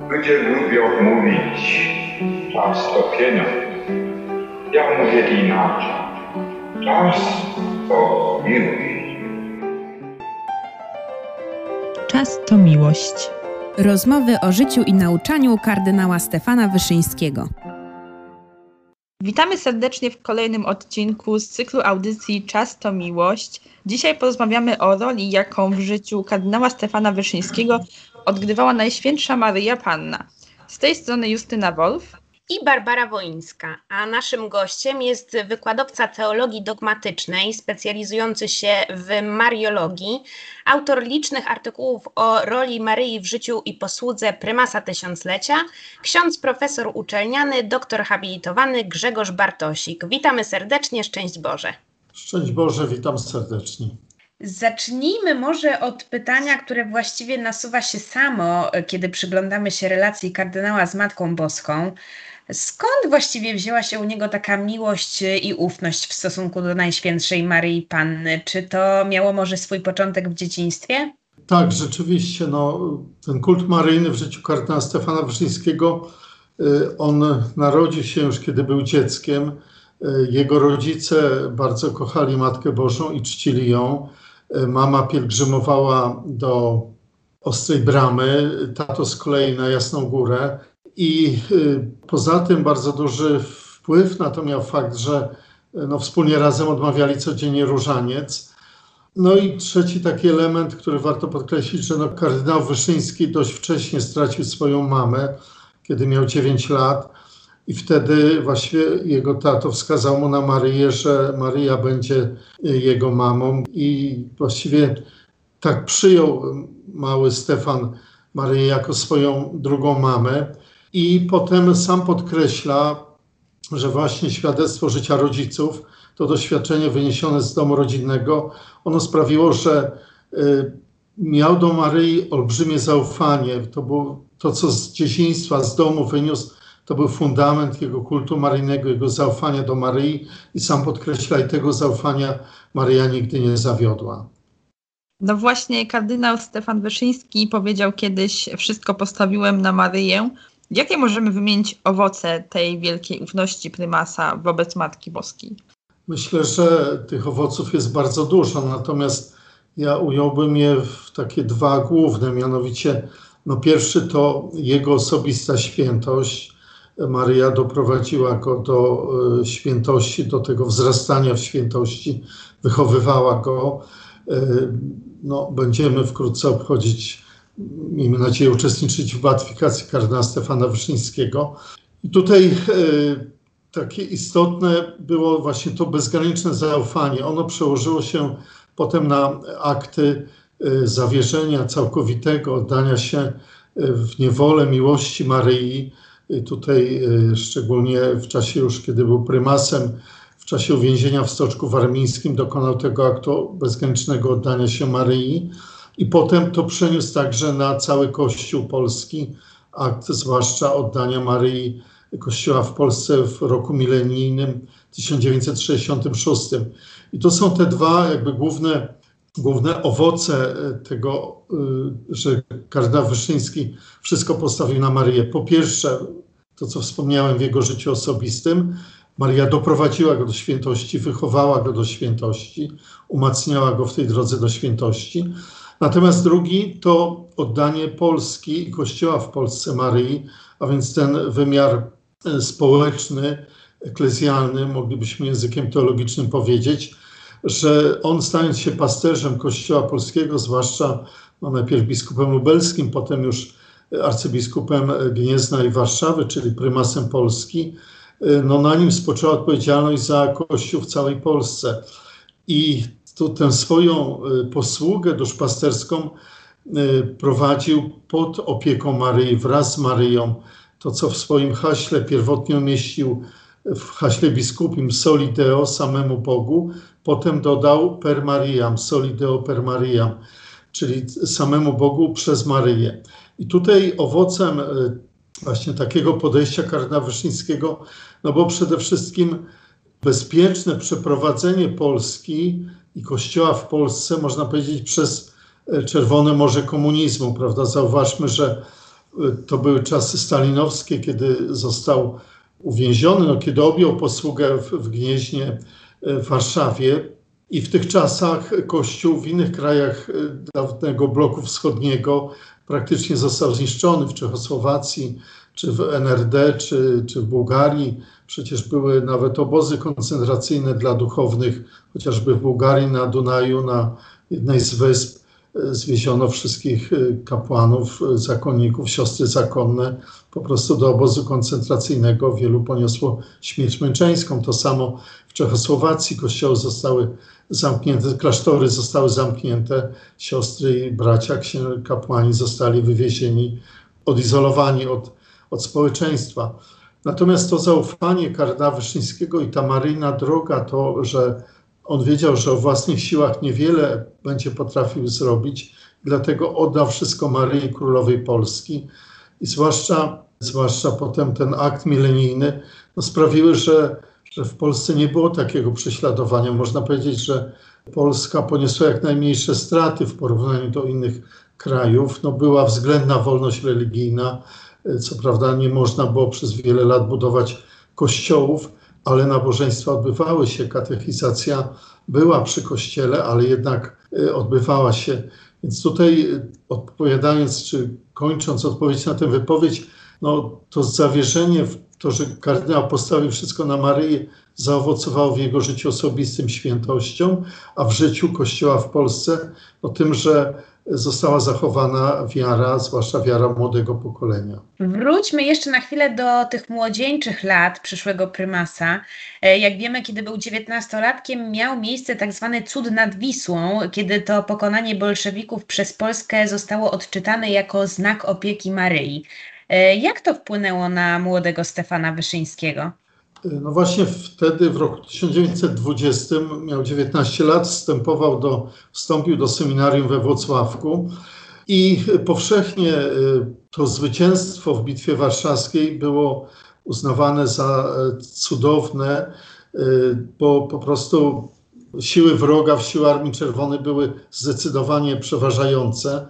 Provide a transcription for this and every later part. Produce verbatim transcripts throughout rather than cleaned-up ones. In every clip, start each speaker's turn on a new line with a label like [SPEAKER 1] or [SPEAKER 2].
[SPEAKER 1] Ludzie lubią mówić, czas to pieniądz. Ja mówię inaczej. Czas to miłość.
[SPEAKER 2] Czas to miłość.
[SPEAKER 3] Rozmowy o życiu i nauczaniu kardynała Stefana Wyszyńskiego.
[SPEAKER 2] Witamy serdecznie w kolejnym odcinku z cyklu audycji Czas to miłość. Dzisiaj porozmawiamy o roli, jaką w życiu kardynała Stefana Wyszyńskiego odgrywała Najświętsza Maryja Panna. Z tej strony Justyna Wolf
[SPEAKER 4] i Barbara Woińska, a naszym gościem jest wykładowca teologii dogmatycznej, specjalizujący się w mariologii, autor licznych artykułów o roli Maryi w życiu i posłudze prymasa tysiąclecia, ksiądz profesor uczelniany, doktor habilitowany Grzegorz Bartosik. Witamy serdecznie, szczęść Boże.
[SPEAKER 5] Szczęść Boże, witam serdecznie.
[SPEAKER 4] Zacznijmy może od pytania, które właściwie nasuwa się samo, kiedy przyglądamy się relacji kardynała z Matką Boską. Skąd właściwie wzięła się u niego taka miłość i ufność w stosunku do Najświętszej Maryi Panny? Czy to miało może swój początek w dzieciństwie?
[SPEAKER 5] Tak, rzeczywiście, no, ten kult maryjny w życiu kardynała Stefana Wyszyńskiego, on narodził się już kiedy był dzieckiem. Jego rodzice bardzo kochali Matkę Bożą i czcili ją. Mama pielgrzymowała do Ostrej Bramy, tato z kolei na Jasną Górę. I y, poza tym bardzo duży wpływ na to miał fakt, że no, wspólnie razem odmawiali codziennie różaniec. No i trzeci taki element, który warto podkreślić, że no, kardynał Wyszyński dość wcześnie stracił swoją mamę, kiedy miał dziewięć lat. I wtedy właściwie jego tato wskazał mu na Maryję, że Maryja będzie jego mamą. I właściwie tak przyjął mały Stefan Maryję jako swoją drugą mamę. I potem sam podkreśla, że właśnie świadectwo życia rodziców, to doświadczenie wyniesione z domu rodzinnego, ono sprawiło, że y, miał do Maryi olbrzymie zaufanie. To było to, co z dzieciństwa, z domu wyniósł, to był fundament jego kultu maryjnego, jego zaufania do Maryi i sam podkreśla, i tego zaufania Maryja nigdy nie zawiodła.
[SPEAKER 2] No właśnie kardynał Stefan Wyszyński powiedział kiedyś: wszystko postawiłem na Maryję. Jakie możemy wymienić owoce tej wielkiej ufności prymasa wobec Matki Boskiej?
[SPEAKER 5] Myślę, że tych owoców jest bardzo dużo, natomiast ja ująłbym je w takie dwa główne, mianowicie no pierwszy to jego osobista świętość. Maryja doprowadziła go do y, świętości, do tego wzrastania w świętości, wychowywała go. Y, no, będziemy wkrótce obchodzić, miejmy nadzieję, uczestniczyć w beatyfikacji kardynała Stefana Wyszyńskiego. I tutaj y, takie istotne było właśnie to bezgraniczne zaufanie. Ono przełożyło się potem na akty y, zawierzenia całkowitego, oddania się y, w niewolę miłości Maryi. I tutaj y, szczególnie w czasie już, kiedy był prymasem, w czasie uwięzienia w Stoczku Warmińskim dokonał tego aktu bezgranicznego oddania się Maryi. I potem to przeniósł także na cały Kościół polski, akt zwłaszcza oddania Maryi Kościoła w Polsce w roku milenijnym tysiąc dziewięćset sześćdziesiątym szóstym. I to są te dwa jakby główne, główne owoce tego, że kardynał Wyszyński wszystko postawił na Maryję. Po pierwsze, to co wspomniałem w jego życiu osobistym, Maryja doprowadziła go do świętości, wychowała go do świętości, umacniała go w tej drodze do świętości. Natomiast drugi to oddanie Polski i Kościoła w Polsce Maryi, a więc ten wymiar społeczny, eklezjalny, moglibyśmy językiem teologicznym powiedzieć, że on, stając się pasterzem Kościoła polskiego, zwłaszcza no, najpierw biskupem lubelskim, potem już arcybiskupem Gniezna i Warszawy, czyli prymasem Polski, no, na nim spoczęła odpowiedzialność za Kościół w całej Polsce. I tu tę swoją posługę duszpasterską prowadził pod opieką Maryi, wraz z Maryją. To, co w swoim haśle pierwotnie umieścił w haśle biskupim Soli Deo, samemu Bogu, potem dodał per Mariam, Soli Deo per Mariam, czyli samemu Bogu przez Maryję. I tutaj owocem właśnie takiego podejścia kardynała Wyszyńskiego, no bo przede wszystkim bezpieczne przeprowadzenie Polski i Kościoła w Polsce, można powiedzieć, przez Czerwone Morze komunizmu, prawda? Zauważmy, że to były czasy stalinowskie, kiedy został uwięziony, no, kiedy objął posługę w, w Gnieźnie w Warszawie. I w tych czasach Kościół w innych krajach dawnego bloku wschodniego praktycznie został zniszczony, w Czechosłowacji, czy w N R D, czy, czy w Bułgarii. Przecież były nawet obozy koncentracyjne dla duchownych, chociażby w Bułgarii na Dunaju, na jednej z wysp zwieziono wszystkich kapłanów, zakonników, siostry zakonne po prostu do obozu koncentracyjnego. Wielu poniosło śmierć męczeńską. To samo w Czechosłowacji. Kościoły zostały zamknięte, klasztory zostały zamknięte, siostry i bracia, kapłani zostali wywiezieni, odizolowani od, od społeczeństwa. Natomiast to zaufanie kardynała Wyszyńskiego i ta maryjna droga, to, że on wiedział, że o własnych siłach niewiele będzie potrafił zrobić, dlatego oddał wszystko Maryi Królowej Polski i zwłaszcza, zwłaszcza potem ten akt milenijny no, sprawiły, że, że w Polsce nie było takiego prześladowania. Można powiedzieć, że Polska poniosła jak najmniejsze straty w porównaniu do innych krajów. No, była względna wolność religijna. Co prawda nie można było przez wiele lat budować kościołów, ale nabożeństwa odbywały się, katechizacja była przy kościele, ale jednak odbywała się. Więc tutaj odpowiadając, czy kończąc odpowiedź na tę wypowiedź, no to zawierzenie w to, że kardynał postawił wszystko na Maryję, zaowocowało w jego życiu osobistym świętością, a w życiu Kościoła w Polsce no tym, że została zachowana wiara, zwłaszcza wiara młodego pokolenia.
[SPEAKER 6] Wróćmy jeszcze na chwilę do tych młodzieńczych lat przyszłego prymasa. Jak wiemy, kiedy był dziewiętnastolatkiem, miał miejsce tak zwany cud nad Wisłą, kiedy to pokonanie bolszewików przez Polskę zostało odczytane jako znak opieki Maryi. Jak to wpłynęło na młodego Stefana Wyszyńskiego?
[SPEAKER 5] No właśnie wtedy, w roku tysiąc dziewięćset dwudziestym, miał dziewiętnaście lat, wstępował do, wstąpił do seminarium we Włocławku i powszechnie to zwycięstwo w Bitwie Warszawskiej było uznawane za cudowne, bo po prostu siły wroga, siły Armii Czerwonej były zdecydowanie przeważające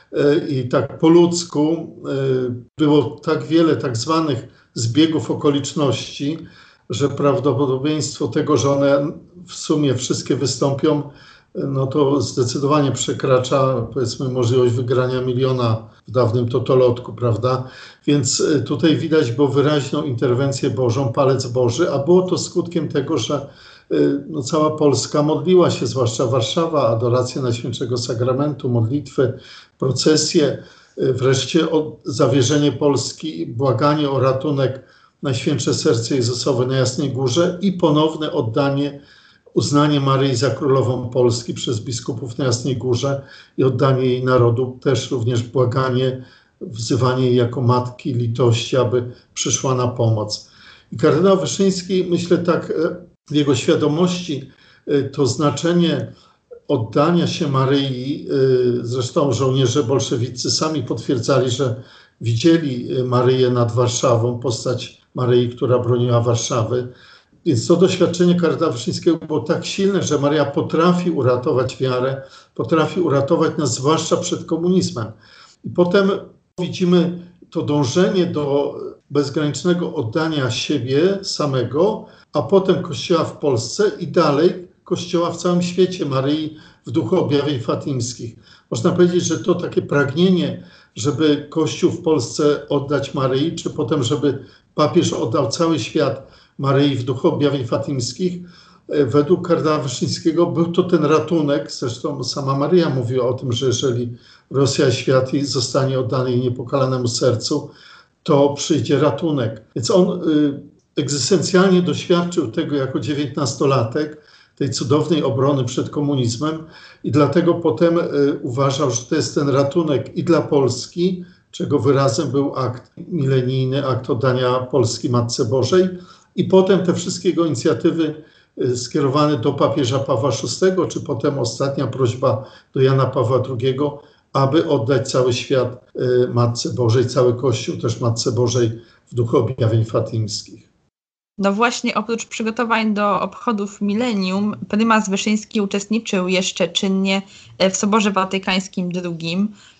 [SPEAKER 5] i tak po ludzku było tak wiele tak zwanych zbiegów okoliczności, że prawdopodobieństwo tego, że one w sumie wszystkie wystąpią, no to zdecydowanie przekracza, powiedzmy, możliwość wygrania miliona w dawnym totolotku, prawda? Więc tutaj widać było wyraźną interwencję Bożą, palec Boży, a było to skutkiem tego, że no, cała Polska modliła się, zwłaszcza Warszawa, adorację Najświętszego Sakramentu, modlitwy, procesje, wreszcie o zawierzenie Polski, błaganie o ratunek Najświętsze Serce Jezusowe na Jasnej Górze i ponowne oddanie, uznanie Maryi za Królową Polski przez biskupów na Jasnej Górze i oddanie jej narodu, też również błaganie, wzywanie jej jako Matki Litości, aby przyszła na pomoc. I kardynał Wyszyński, myślę tak, w jego świadomości to znaczenie oddania się Maryi, zresztą żołnierze bolszewicy sami potwierdzali, że widzieli Maryję nad Warszawą, postać Maryi, która broniła Warszawy. Więc to doświadczenie kardynała Wyszyńskiego było tak silne, że Maryja potrafi uratować wiarę, potrafi uratować nas zwłaszcza przed komunizmem. I potem widzimy to dążenie do bezgranicznego oddania siebie samego, a potem Kościoła w Polsce i dalej Kościoła w całym świecie, Maryi w duchu objawień fatimskich. Można powiedzieć, że to takie pragnienie, żeby Kościół w Polsce oddać Maryi, czy potem, żeby papież oddał cały świat Maryi w duchu objawień fatimskich, według kardynała Wyszyńskiego był to ten ratunek. Zresztą sama Maryja mówiła o tym, że jeżeli Rosja, świat zostanie oddany jej niepokalanemu sercu, to przyjdzie ratunek. Więc on y, egzystencjalnie doświadczył tego jako dziewiętnastolatek, tej cudownej obrony przed komunizmem i dlatego potem y, uważał, że to jest ten ratunek i dla Polski, czego wyrazem był akt milenijny, akt oddania Polski Matce Bożej i potem te wszystkie jego inicjatywy y, skierowane do papieża Pawła szóstego, czy potem ostatnia prośba do Jana Pawła drugiego, aby oddać cały świat y, Matce Bożej, cały Kościół też Matce Bożej w duchu objawień fatimskich.
[SPEAKER 2] No właśnie, oprócz przygotowań do obchodów milenium, prymas Wyszyński uczestniczył jeszcze czynnie w Soborze Watykańskim drugim.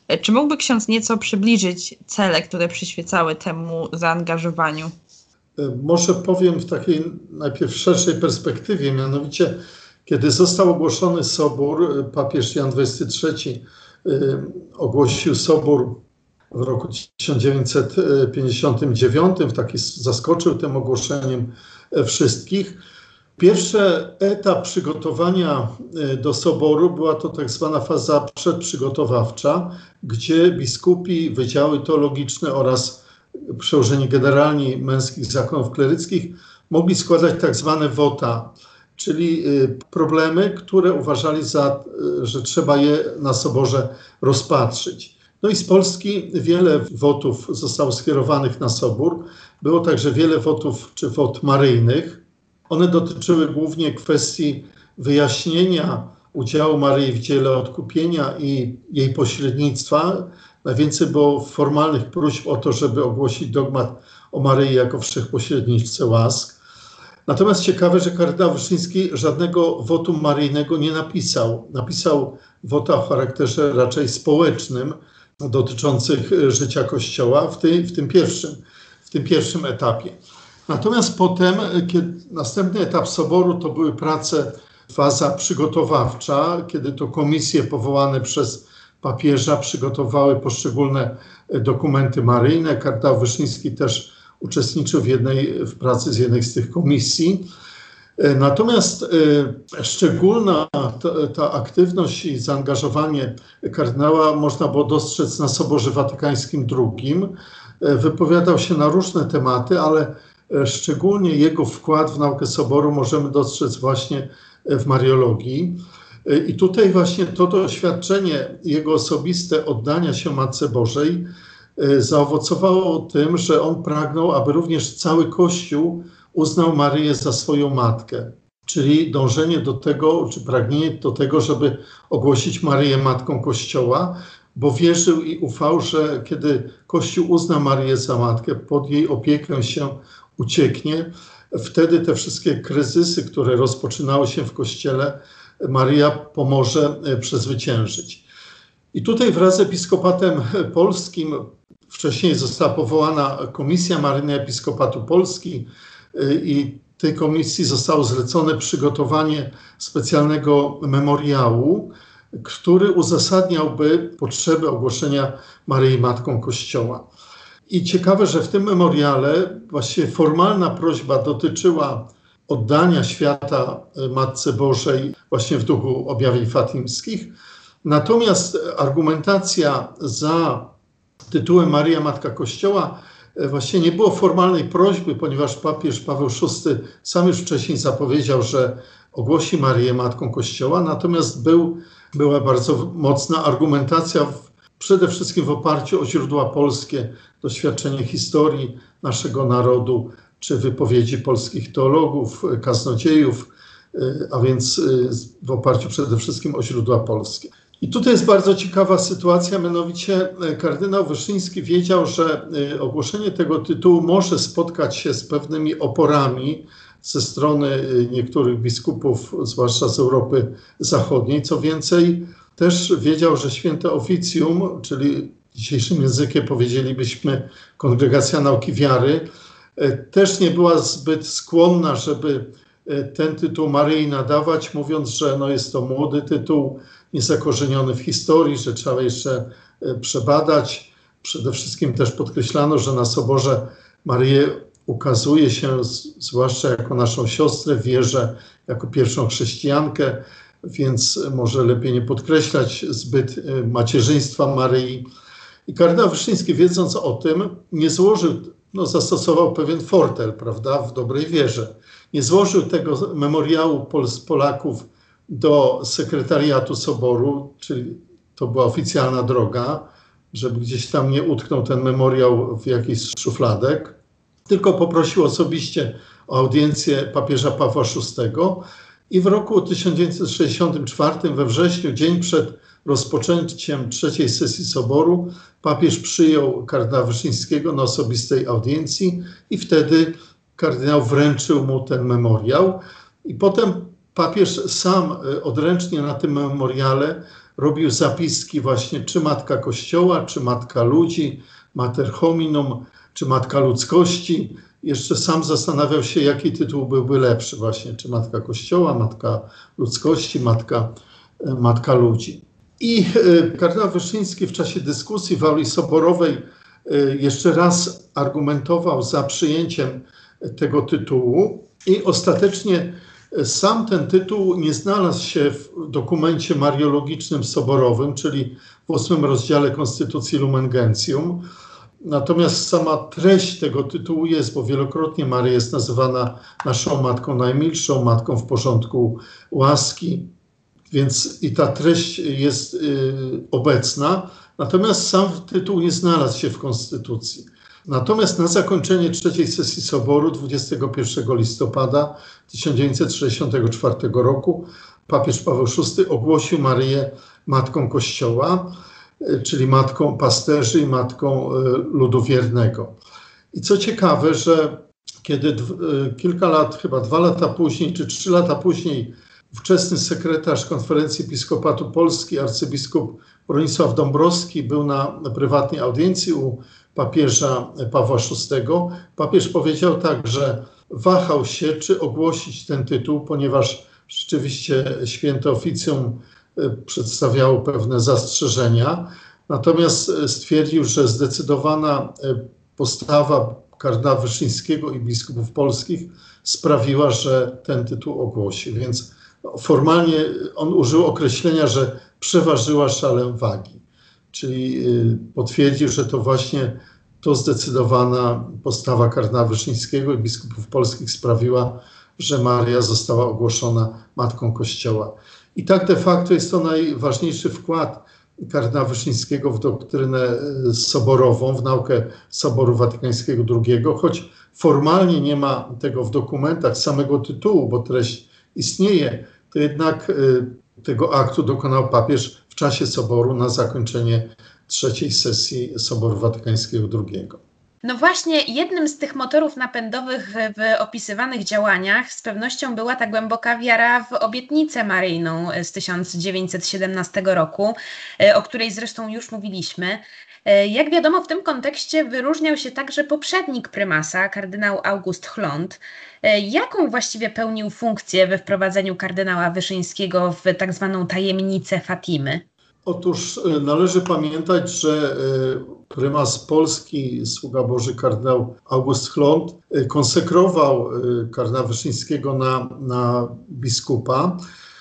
[SPEAKER 2] Czy mógłby ksiądz nieco przybliżyć cele, które przyświecały temu zaangażowaniu?
[SPEAKER 5] Może powiem w takiej najpierw szerszej perspektywie, mianowicie kiedy został ogłoszony sobór, papież Jan dwudziesty trzeci ogłosił sobór w roku tysiąc dziewięćset pięćdziesiątym dziewiątym, taki zaskoczył tym ogłoszeniem wszystkich. Pierwszy etap przygotowania do soboru była to tak zwana faza przedprzygotowawcza, gdzie biskupi, wydziały teologiczne oraz przełożeni generalni męskich zakonów kleryckich mogli składać tak zwane wota, czyli problemy, które uważali za, że trzeba je na soborze rozpatrzyć. No i z Polski wiele wotów zostało skierowanych na sobór. Było także wiele wotów czy wot maryjnych. One dotyczyły głównie kwestii wyjaśnienia udziału Maryi w dziele odkupienia i jej pośrednictwa. Najwięcej było formalnych próśb o to, żeby ogłosić dogmat o Maryi jako wszechpośredniczce łask. Natomiast ciekawe, że kardynał Wyszyński żadnego wotum maryjnego nie napisał. Napisał wota o charakterze raczej społecznym, dotyczących życia Kościoła w, tej, w, tym pierwszym, w tym pierwszym etapie. Natomiast potem, kiedy następny etap soboru to były prace, faza przygotowawcza, kiedy to komisje powołane przez papieża przygotowały poszczególne dokumenty maryjne. Kardynał Wyszyński też uczestniczył w jednej w pracy z jednej z tych komisji. Natomiast y, szczególna ta, ta aktywność i zaangażowanie kardynała można było dostrzec na Soborze Watykańskim drugim. Wypowiadał się na różne tematy, ale szczególnie jego wkład w naukę Soboru możemy dostrzec właśnie w Mariologii. I tutaj właśnie to doświadczenie, jego osobiste oddania się Matce Bożej zaowocowało tym, że on pragnął, aby również cały Kościół uznał Maryję za swoją matkę, czyli dążenie do tego, czy pragnienie do tego, żeby ogłosić Maryję matką Kościoła, bo wierzył i ufał, że kiedy Kościół uzna Maryję za matkę, pod jej opiekę się ucieknie, wtedy te wszystkie kryzysy, które rozpoczynały się w Kościele, Maryja pomoże przezwyciężyć. I tutaj wraz z Episkopatem Polskim, wcześniej została powołana Komisja Maryjna Episkopatu Polski, i tej komisji zostało zlecone przygotowanie specjalnego memoriału, który uzasadniałby potrzeby ogłoszenia Maryi Matką Kościoła. I ciekawe, że w tym memoriale właściwie formalna prośba dotyczyła oddania świata Matce Bożej właśnie w duchu objawień fatimskich. Natomiast argumentacja za tytułem Maryja Matka Kościoła właśnie nie było formalnej prośby, ponieważ papież Paweł szósty sam już wcześniej zapowiedział, że ogłosi Maryję Matką Kościoła, natomiast był, była bardzo mocna argumentacja w, przede wszystkim w oparciu o źródła polskie, doświadczenie historii naszego narodu, czy wypowiedzi polskich teologów, kaznodziejów, a więc w oparciu przede wszystkim o źródła polskie. I tutaj jest bardzo ciekawa sytuacja, mianowicie kardynał Wyszyński wiedział, że ogłoszenie tego tytułu może spotkać się z pewnymi oporami ze strony niektórych biskupów, zwłaszcza z Europy Zachodniej. Co więcej, też wiedział, że święte oficjum, czyli dzisiejszym językiem powiedzielibyśmy Kongregacja Nauki Wiary, też nie była zbyt skłonna, żeby ten tytuł Maryi nadawać, mówiąc, że no jest to młody tytuł, niezakorzeniony w historii, że trzeba jeszcze przebadać. Przede wszystkim też podkreślano, że na Soborze Maryję ukazuje się zwłaszcza jako naszą siostrę w wierze, jako pierwszą chrześcijankę, więc może lepiej nie podkreślać zbyt macierzyństwa Maryi. I kardynał Wyszyński, wiedząc o tym, nie złożył, no zastosował pewien fortel, prawda, w dobrej wierze. Nie złożył tego memoriału Pol- z Polaków do sekretariatu Soboru, czyli to była oficjalna droga, żeby gdzieś tam nie utknął ten memoriał w jakiś z szufladek, tylko poprosił osobiście o audiencję papieża Pawła szóstego i w roku tysiąc dziewięćset sześćdziesiątym czwartym we wrześniu, dzień przed rozpoczęciem trzeciej sesji Soboru, papież przyjął kardynała Wyszyńskiego na osobistej audiencji i wtedy kardynał wręczył mu ten memoriał i potem papież sam odręcznie na tym memoriale robił zapiski właśnie, czy Matka Kościoła, czy Matka Ludzi, Mater Hominum, czy Matka Ludzkości. Jeszcze sam zastanawiał się, jaki tytuł byłby lepszy właśnie, czy Matka Kościoła, Matka Ludzkości, Matka, Matka Ludzi. I kardynał Wyszyński w czasie dyskusji w auli soborowej jeszcze raz argumentował za przyjęciem tego tytułu i ostatecznie sam ten tytuł nie znalazł się w dokumencie mariologicznym soborowym, czyli w ósmym rozdziale Konstytucji Lumen Gentium. Natomiast sama treść tego tytułu jest, bo wielokrotnie Maryja jest nazywana naszą Matką Najmilszą, Matką w porządku łaski, więc i ta treść jest y, obecna. Natomiast sam tytuł nie znalazł się w Konstytucji. Natomiast na zakończenie trzeciej sesji Soboru dwudziestego pierwszego listopada tysiąc dziewięćset sześćdziesiątego czwartego roku papież Paweł szósty ogłosił Maryję Matką Kościoła, czyli Matką pasterzy i Matką ludu wiernego. I co ciekawe, że kiedy kilka lat, chyba dwa lata później, czy trzy lata później, ówczesny sekretarz Konferencji Episkopatu Polski, arcybiskup Bronisław Dąbrowski, był na prywatnej audiencji u papieża Pawła szóstego, papież powiedział tak, że wahał się, czy ogłosić ten tytuł, ponieważ rzeczywiście święte oficjum przedstawiało pewne zastrzeżenia. Natomiast stwierdził, że zdecydowana postawa kardynała Wyszyńskiego i biskupów polskich sprawiła, że ten tytuł ogłosi. Więc formalnie on użył określenia, że przeważyła szalę wagi. Czyli potwierdził, że to właśnie to zdecydowana postawa kardynała Wyszyńskiego i biskupów polskich sprawiła, że Maryja została ogłoszona Matką Kościoła. I tak de facto jest to najważniejszy wkład kardynała Wyszyńskiego w doktrynę soborową, w naukę Soboru Watykańskiego drugiego, choć formalnie nie ma tego w dokumentach, samego tytułu, bo treść istnieje, to jednak tego aktu dokonał papież w czasie Soboru na zakończenie trzeciej sesji Soboru Watykańskiego drugiego.
[SPEAKER 6] No właśnie, jednym z tych motorów napędowych w opisywanych działaniach z pewnością była ta głęboka wiara w obietnicę maryjną z tysiąc dziewięćset siedemnastego roku, o której zresztą już mówiliśmy. Jak wiadomo, w tym kontekście wyróżniał się także poprzednik prymasa, kardynał August Chlond. Jaką właściwie pełnił funkcję we wprowadzeniu kardynała Wyszyńskiego w tak zwaną tajemnicę Fatimy?
[SPEAKER 5] Otóż należy pamiętać, że prymas Polski, sługa Boży kardynał August Chlond, konsekrował kardynała Wyszyńskiego na, na biskupa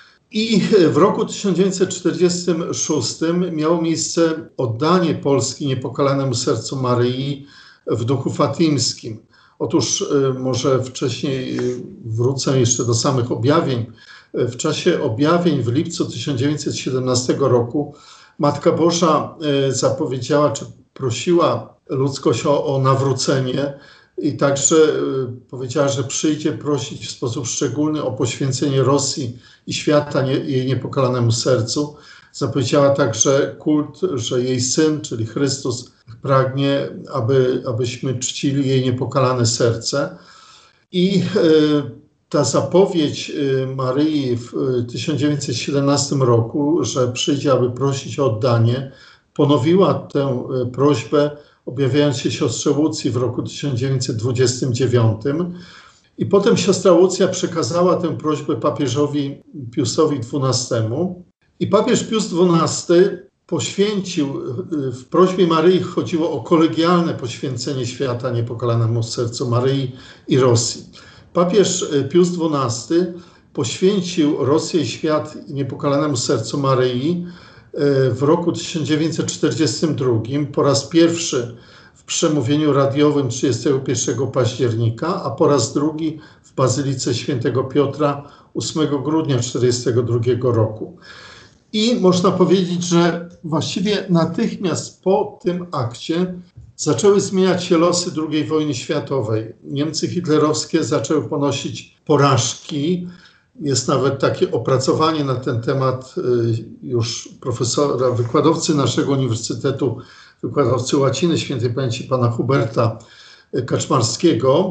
[SPEAKER 5] i w roku tysiąc dziewięćset czterdziestym szóstym miało miejsce oddanie Polski niepokalanemu sercu Maryi w duchu fatimskim. Otóż może wcześniej wrócę jeszcze do samych objawień. W czasie objawień w lipcu tysiąc dziewięćset siedemnastego roku Matka Boża zapowiedziała, czy prosiła ludzkość o, o nawrócenie i także powiedziała, że przyjdzie prosić w sposób szczególny o poświęcenie Rosji i świata nie, jej niepokalanemu sercu. Zapowiedziała także kult, że jej Syn, czyli Chrystus, pragnie, aby, abyśmy czcili jej niepokalane serce. I e, ta zapowiedź Maryi w tysiąc dziewięćset siedemnastym roku, że przyjdzie, aby prosić o oddanie, ponowiła tę prośbę, objawiając się siostrze Łucji w roku tysiąc dziewięćset dwudziestym dziewiątym. I potem siostra Łucja przekazała tę prośbę papieżowi Piusowi dwunastemu. I papież Pius dwunasty poświęcił, w prośbie Maryi chodziło o kolegialne poświęcenie świata niepokalanemu sercu Maryi i Rosji. Papież Pius dwunasty poświęcił Rosję i świat niepokalanemu sercu Maryi w roku tysiąc dziewięćset czterdziestym drugim po raz pierwszy w przemówieniu radiowym trzydziestego pierwszego października, a po raz drugi w Bazylice Świętego Piotra ósmego grudnia tysiąc dziewięćset czterdziestego drugiego roku. I można powiedzieć, że właściwie natychmiast po tym akcie zaczęły zmieniać się losy drugiej wojny światowej. Niemcy hitlerowskie zaczęły ponosić porażki. Jest nawet takie opracowanie na ten temat już profesora, wykładowcy naszego uniwersytetu, wykładowcy łaciny świętej pamięci pana Huberta Kaczmarskiego.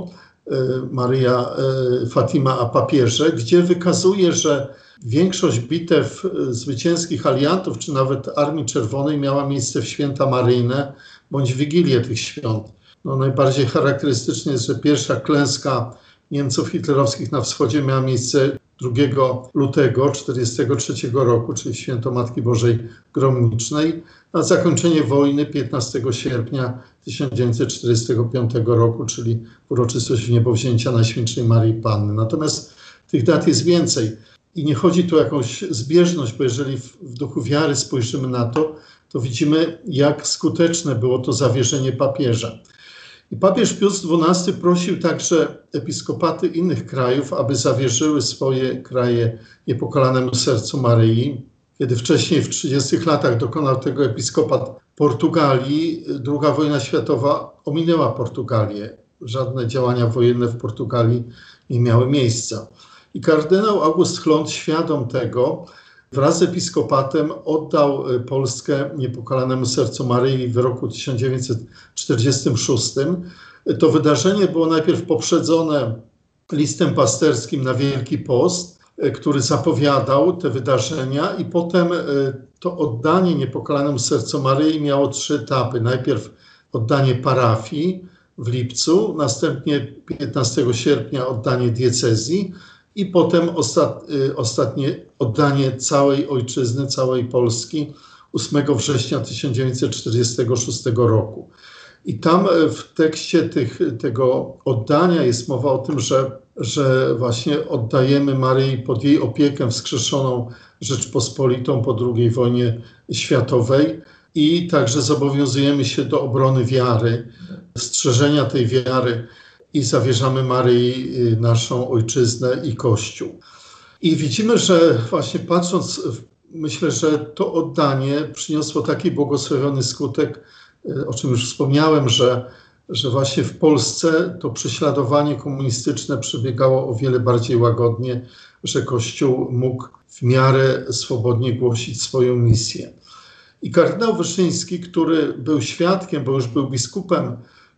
[SPEAKER 5] Maria Fatima a papieże, gdzie wykazuje, że większość bitew zwycięskich aliantów, czy nawet Armii Czerwonej miała miejsce w święta maryjne, bądź wigilię tych świąt. No, najbardziej charakterystyczne jest, że pierwsza klęska Niemców hitlerowskich na wschodzie miała miejsce drugiego lutego tysiąc dziewięćset czterdziestego trzeciego roku, czyli święto Matki Bożej Gromnicznej, a zakończenie wojny piętnastego sierpnia tysiąc dziewięćset czterdziestego piątego roku, czyli uroczystość wniebowzięcia Najświętszej Maryi Panny. Natomiast tych dat jest więcej i nie chodzi tu o jakąś zbieżność, bo jeżeli w, w duchu wiary spojrzymy na to, to widzimy, jak skuteczne było to zawierzenie papieża. I papież Pius dwunasty prosił także episkopaty innych krajów, aby zawierzyły swoje kraje niepokalanemu sercu Maryi. Kiedy wcześniej w trzydziestych latach dokonał tego episkopat Portugalii, druga wojna światowa ominęła Portugalię. Żadne działania wojenne w Portugalii nie miały miejsca. I kardynał August Hlond, świadom tego, wraz z episkopatem oddał Polskę niepokalanemu sercu Maryi w roku tysiąc dziewięćset czterdziestym szóstym. To wydarzenie było najpierw poprzedzone listem pasterskim na Wielki Post, który zapowiadał te wydarzenia, i potem to oddanie niepokalanemu sercu Maryi miało trzy etapy. Najpierw oddanie parafii w lipcu, następnie piętnastego sierpnia oddanie diecezji, i potem ostat, y, ostatnie oddanie całej ojczyzny, całej Polski ósmego września tysiąc dziewięćset czterdziestego szóstego roku. I tam w tekście tych, tego oddania jest mowa o tym, że, że właśnie oddajemy Maryi pod jej opiekę wskrzeszoną Rzeczpospolitą po drugiej wojnie światowej i także zobowiązujemy się do obrony wiary, strzeżenia tej wiary, i zawierzamy Maryi naszą ojczyznę i Kościół. I widzimy, że właśnie patrząc, myślę, że to oddanie przyniosło taki błogosławiony skutek, o czym już wspomniałem, że, że właśnie w Polsce to prześladowanie komunistyczne przebiegało o wiele bardziej łagodnie, że Kościół mógł w miarę swobodnie głosić swoją misję. I kardynał Wyszyński, który był świadkiem, bo już był biskupem,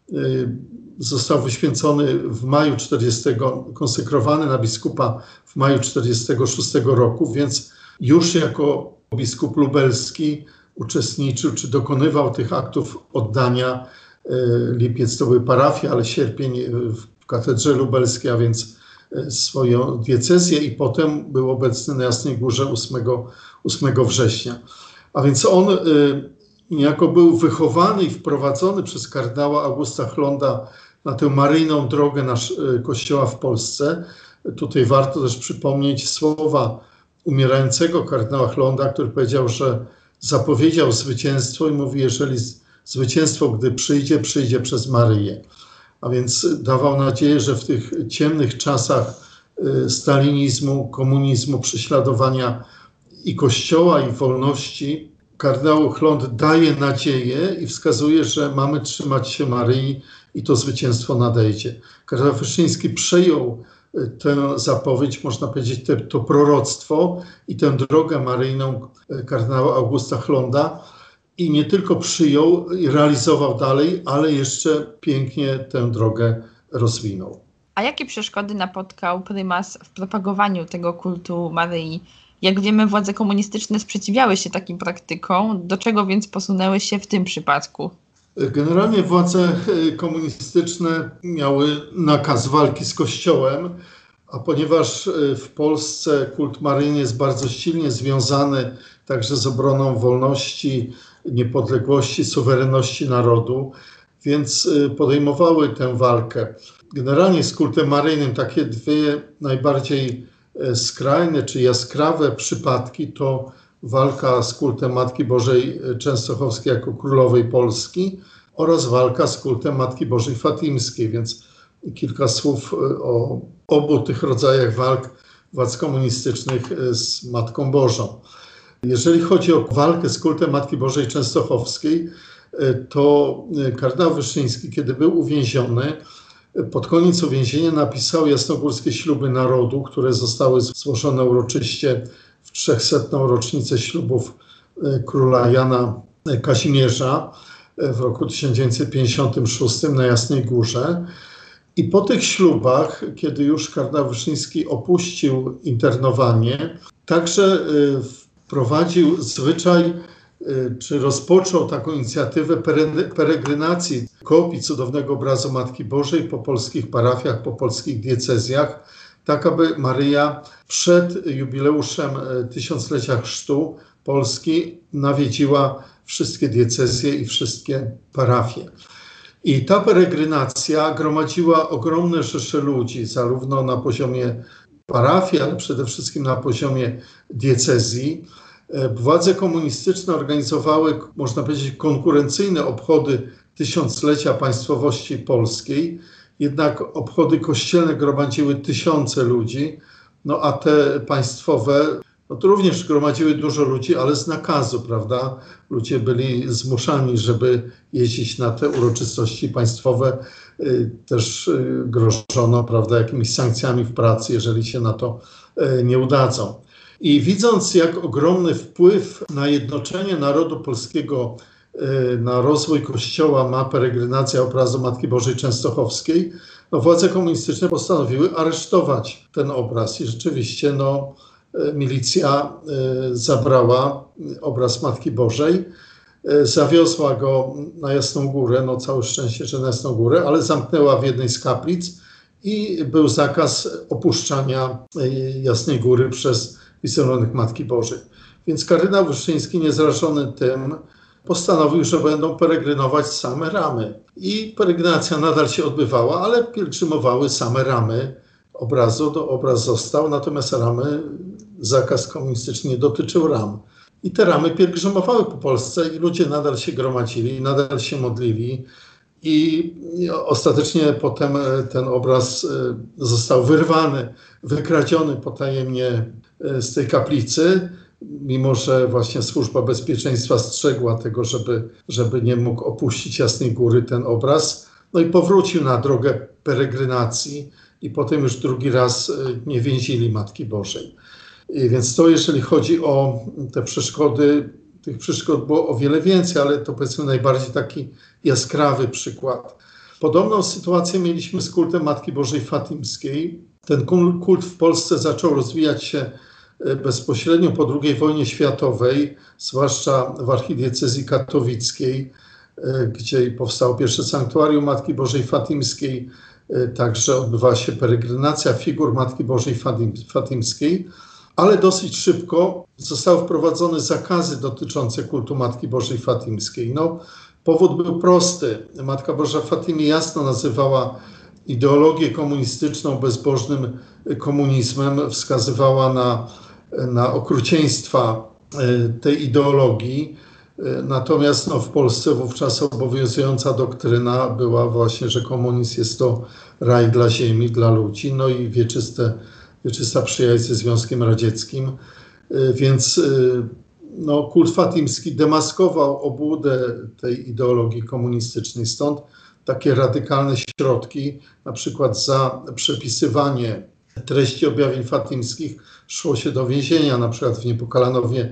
[SPEAKER 5] został wyświęcony w maju czterdziestego, konsekrowany na biskupa w maju czterdziestego szóstego roku, więc już jako biskup lubelski uczestniczył czy dokonywał tych aktów oddania. Lipiec to były parafie, ale sierpień w katedrze lubelskiej, a więc swoją diecezję, i potem był obecny na Jasnej Górze ósmego września. A więc on niejako był wychowany i wprowadzony przez kardynała Augusta Hlonda na tę maryjną drogę nasz, Kościoła w Polsce. Tutaj warto też przypomnieć słowa umierającego kardynała Hlonda, który powiedział, że zapowiedział zwycięstwo i mówi, jeżeli zwycięstwo, gdy przyjdzie, przyjdzie przez Maryję. A więc dawał nadzieję, że w tych ciemnych czasach stalinizmu, komunizmu, prześladowania i Kościoła, i wolności, kardynał Hlond daje nadzieję i wskazuje, że mamy trzymać się Maryi i to zwycięstwo nadejdzie. Kardynał Wyszyński przyjął tę zapowiedź, można powiedzieć, te, to proroctwo i tę drogę maryjną kardynała Augusta Hlonda, i nie tylko przyjął i realizował dalej, ale jeszcze pięknie tę drogę rozwinął.
[SPEAKER 2] A jakie przeszkody napotkał prymas w propagowaniu tego kultu Maryi? Jak wiemy, władze komunistyczne sprzeciwiały się takim praktykom, do czego więc posunęły się w tym przypadku?
[SPEAKER 5] Generalnie władze komunistyczne miały nakaz walki z Kościołem, a ponieważ w Polsce kult maryjny jest bardzo silnie związany także z obroną wolności, niepodległości, suwerenności narodu, więc podejmowały tę walkę. Generalnie z kultem maryjnym takie dwie najbardziej skrajne czy jaskrawe przypadki to walka z kultem Matki Bożej Częstochowskiej jako Królowej Polski oraz walka z kultem Matki Bożej Fatimskiej, więc kilka słów o obu tych rodzajach walk władz komunistycznych z Matką Bożą. Jeżeli chodzi o walkę z kultem Matki Bożej Częstochowskiej, to kardynał Wyszyński, kiedy był uwięziony, pod koniec uwięzienia napisał jasnogórskie śluby narodu, które zostały złożone uroczyście w trzechsetną rocznicę ślubów króla Jana Kazimierza w roku tysiąc dziewięćset pięćdziesiątym szóstym na Jasnej Górze. I po tych ślubach, kiedy już kardynał Wyszyński opuścił internowanie, także wprowadził zwyczaj, czy rozpoczął taką inicjatywę peregrynacji kopii cudownego obrazu Matki Bożej po polskich parafiach, po polskich diecezjach, tak aby Maryja przed jubileuszem tysiąclecia chrztu Polski nawiedziła wszystkie diecezje i wszystkie parafie. I ta peregrynacja gromadziła ogromne rzesze ludzi, zarówno na poziomie parafii, ale przede wszystkim na poziomie diecezji. Władze komunistyczne organizowały, można powiedzieć, konkurencyjne obchody tysiąclecia państwowości polskiej, jednak obchody kościelne gromadziły tysiące ludzi, no a te państwowe no to również gromadziły dużo ludzi, ale z nakazu, prawda? Ludzie byli zmuszani, żeby jeździć na te uroczystości państwowe. Też grożono, prawda, jakimiś sankcjami w pracy, jeżeli się na to nie udadzą. I widząc, jak ogromny wpływ na jednoczenie narodu polskiego, na rozwój Kościoła ma peregrynacja obrazu Matki Bożej Częstochowskiej, no władze komunistyczne postanowiły aresztować ten obraz i rzeczywiście no, milicja zabrała obraz Matki Bożej, zawiozła go na Jasną Górę, no całe szczęście, że na Jasną Górę, ale zamknęła w jednej z kaplic i był zakaz opuszczania Jasnej Góry przez wizerunek Matki Bożej. Więc kardynał Wyszyński, niezrażony tym, postanowił, że będą peregrynować same ramy. I peregrynacja nadal się odbywała, ale pielgrzymowały same ramy obrazu. To obraz został, natomiast ramy, zakaz komunistyczny nie dotyczył ram. I te ramy pielgrzymowały po Polsce i ludzie nadal się gromadzili, nadal się modlili. I ostatecznie potem ten obraz został wyrwany, wykradziony potajemnie z tej kaplicy, mimo że właśnie Służba Bezpieczeństwa strzegła tego, żeby, żeby nie mógł opuścić Jasnej Góry ten obraz. No i powrócił na drogę peregrynacji i potem już drugi raz nie więzili Matki Bożej. I więc to, jeżeli chodzi o te przeszkody, tych przeszkód było o wiele więcej, ale to powiedzmy najbardziej taki jaskrawy przykład. Podobną sytuację mieliśmy z kultem Matki Bożej Fatimskiej. Ten kult w Polsce zaczął rozwijać się bezpośrednio po drugiej wojnie światowej, zwłaszcza w archidiecezji katowickiej, gdzie powstało pierwsze sanktuarium Matki Bożej Fatimskiej. Także odbywała się peregrynacja figur Matki Bożej Fatimskiej. Ale dosyć szybko zostały wprowadzone zakazy dotyczące kultu Matki Bożej Fatimskiej. No, powód był prosty. Matka Boża Fatimy jasno nazywała ideologię komunistyczną bezbożnym komunizmem, wskazywała na, na okrucieństwa tej ideologii. Natomiast no, w Polsce wówczas obowiązująca doktryna była właśnie, że komunizm jest to raj dla ziemi, dla ludzi, no i wieczyste wieczysta przyjaźń ze Związkiem Radzieckim, więc no, kult fatimski demaskował obłudę tej ideologii komunistycznej. Stąd takie radykalne środki, na przykład za przepisywanie treści objawień fatimskich szło się do więzienia. Na przykład w Niepokalanowie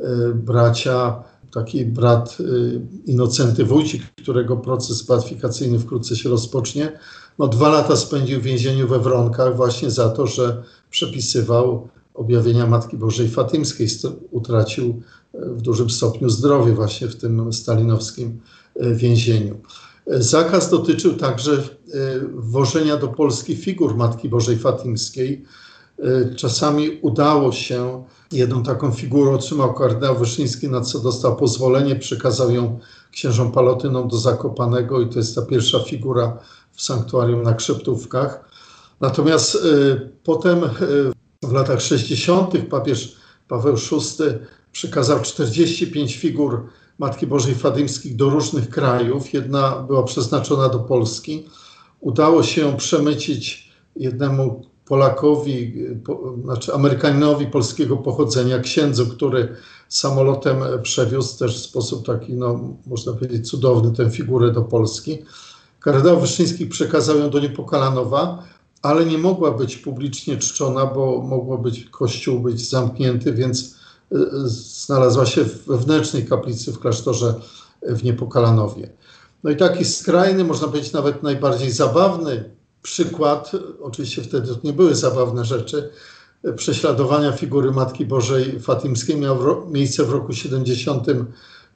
[SPEAKER 5] bracia, taki brat Inocenty Wójcik, którego proces beatyfikacyjny wkrótce się rozpocznie, no dwa lata spędził w więzieniu we Wronkach właśnie za to, że przepisywał objawienia Matki Bożej Fatymskiej. Utracił w dużym stopniu zdrowie właśnie w tym stalinowskim więzieniu. Zakaz dotyczył także wwożenia do Polski figur Matki Bożej Fatymskiej. Czasami udało się, jedną taką figurę otrzymał kardynał Wyszyński, na co dostał pozwolenie, przekazał ją księżom Palotynom do Zakopanego i to jest ta pierwsza figura w sanktuarium na Krzeptówkach. Natomiast y, potem y, w latach sześćdziesiątych papież Paweł szósty przekazał czterdzieści pięć figur Matki Bożej Fatymskiej do różnych krajów. Jedna była przeznaczona do Polski. Udało się ją przemycić jednemu Polakowi, po, znaczy Amerykaninowi polskiego pochodzenia, księdzu, który samolotem przewiózł też w sposób taki, no, można powiedzieć, cudowny tę figurę do Polski. Kardynał Wyszyński przekazał ją do Niepokalanowa, ale nie mogła być publicznie czczona, bo mogło być kościół być zamknięty, więc y, znalazła się w wewnętrznej kaplicy w klasztorze w Niepokalanowie. No i taki skrajny, można powiedzieć nawet najbardziej zabawny przykład, oczywiście wtedy to nie były zabawne rzeczy, prześladowania figury Matki Bożej Fatimskiej miał w miejsce w roku siedemdziesiątym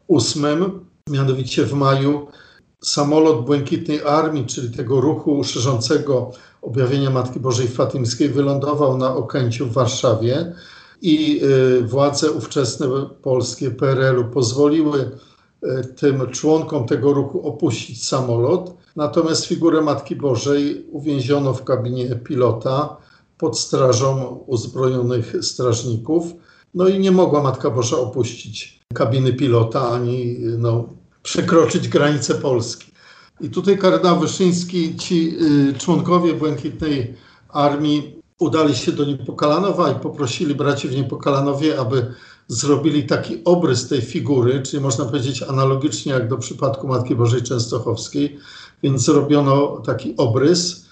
[SPEAKER 5] ósmym, mianowicie w maju. Samolot Błękitnej Armii, czyli tego ruchu szerzącego objawienia Matki Bożej Fatimskiej, wylądował na Okęciu w Warszawie i y, władze ówczesne polskie P R L u pozwoliły y, tym członkom tego ruchu opuścić samolot. Natomiast figurę Matki Bożej uwięziono w kabinie pilota pod strażą uzbrojonych strażników. No i nie mogła Matka Boża opuścić kabiny pilota ani no, przekroczyć granice Polski. I tutaj kardynał Wyszyński, ci y, członkowie Błękitnej Armii udali się do Niepokalanowa i poprosili braci w Niepokalanowie, aby zrobili taki obrys tej figury, czyli można powiedzieć analogicznie jak do przypadku Matki Bożej Częstochowskiej, więc zrobiono taki obrys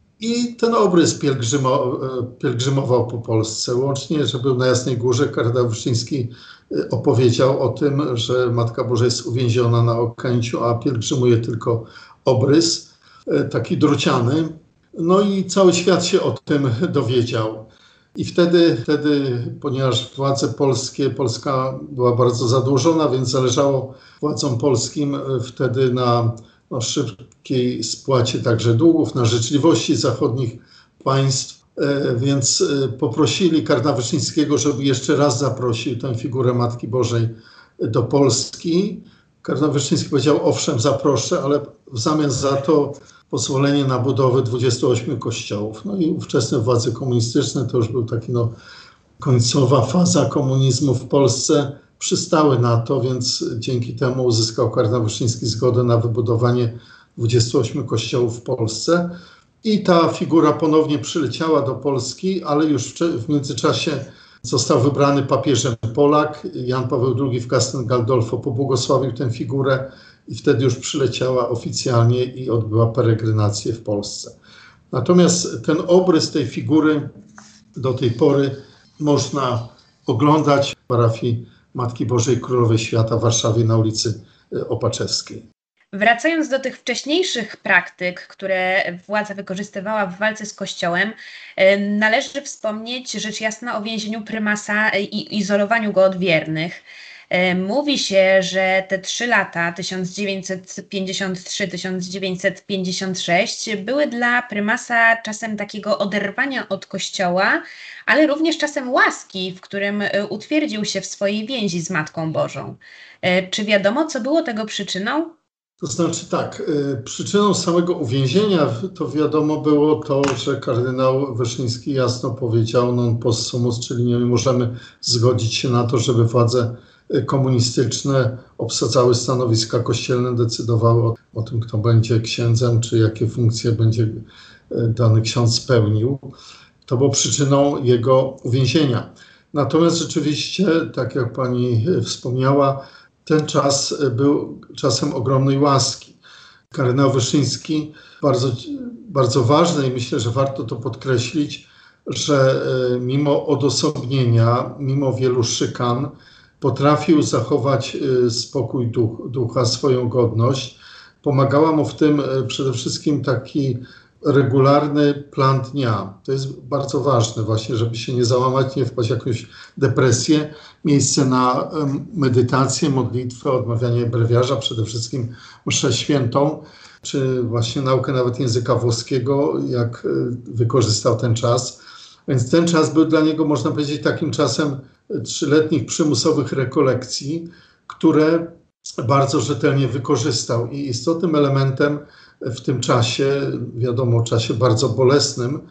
[SPEAKER 5] i ten obrys pielgrzymo, pielgrzymował po Polsce. Łącznie, że był na Jasnej Górze, kardynał Wyszyński opowiedział o tym, że Matka Boża jest uwięziona na Okęciu, a pielgrzymuje tylko obrys, taki druciany. No i cały świat się o tym dowiedział. I wtedy, wtedy, ponieważ władze polskie, Polska była bardzo zadłużona, więc zależało władzom polskim wtedy na no, szybkiej spłacie także długów, na życzliwości zachodnich państw. Więc poprosili kardynała Wyszyńskiego, żeby jeszcze raz zaprosił tę figurę Matki Bożej do Polski. Kardynał Wyszyński powiedział, owszem, zaproszę, ale w zamian za to pozwolenie na budowę dwudziestu ośmiu kościołów. No i ówczesne władze komunistyczne, to już był taki no, końcowa faza komunizmu w Polsce, przystały na to, więc dzięki temu uzyskał kardynał Wyszyński zgodę na wybudowanie dwudziestu ośmiu kościołów w Polsce. I ta figura ponownie przyleciała do Polski, ale już w międzyczasie został wybrany papieżem Polak. Jan Paweł drugi w Castel Gandolfo pobłogosławił tę figurę i wtedy już przyleciała oficjalnie i odbyła peregrinację w Polsce. Natomiast ten obrys tej figury do tej pory można oglądać w parafii Matki Bożej Królowej Świata w Warszawie na ulicy Opaczewskiej.
[SPEAKER 6] Wracając do tych wcześniejszych praktyk, które władza wykorzystywała w walce z Kościołem, należy wspomnieć rzecz jasna o więzieniu prymasa i izolowaniu go od wiernych. Mówi się, że te trzy lata, tysiąc dziewięćset pięćdziesiąt trzy do tysiąc dziewięćset pięćdziesiąt sześć, były dla prymasa czasem takiego oderwania od Kościoła, ale również czasem łaski, w którym utwierdził się w swojej więzi z Matką Bożą. Czy wiadomo, co było tego przyczyną?
[SPEAKER 5] To znaczy tak, y, przyczyną samego uwięzienia to wiadomo było to, że kardynał Wyszyński jasno powiedział non possumus, czyli nie możemy zgodzić się na to, żeby władze komunistyczne obsadzały stanowiska kościelne, decydowały o, o tym, kto będzie księdzem, czy jakie funkcje będzie dany ksiądz spełnił. To było przyczyną jego uwięzienia. Natomiast rzeczywiście, tak jak pani wspomniała, ten czas był czasem ogromnej łaski. Kardynał Wyszyński, bardzo, bardzo ważne i myślę, że warto to podkreślić, że mimo odosobnienia, mimo wielu szykan, potrafił zachować spokój duch, ducha, swoją godność. Pomagała mu w tym przede wszystkim taki regularny plan dnia. To jest bardzo ważne właśnie, żeby się nie załamać, nie wpaść w jakąś depresję. Miejsce na medytację, modlitwę, odmawianie brewiarza, przede wszystkim mszę świętą, czy właśnie naukę nawet języka włoskiego, jak wykorzystał ten czas. Więc ten czas był dla niego, można powiedzieć, takim czasem trzyletnich przymusowych rekolekcji, które bardzo rzetelnie wykorzystał. I istotnym elementem w tym czasie, wiadomo, czasie bardzo bolesnym,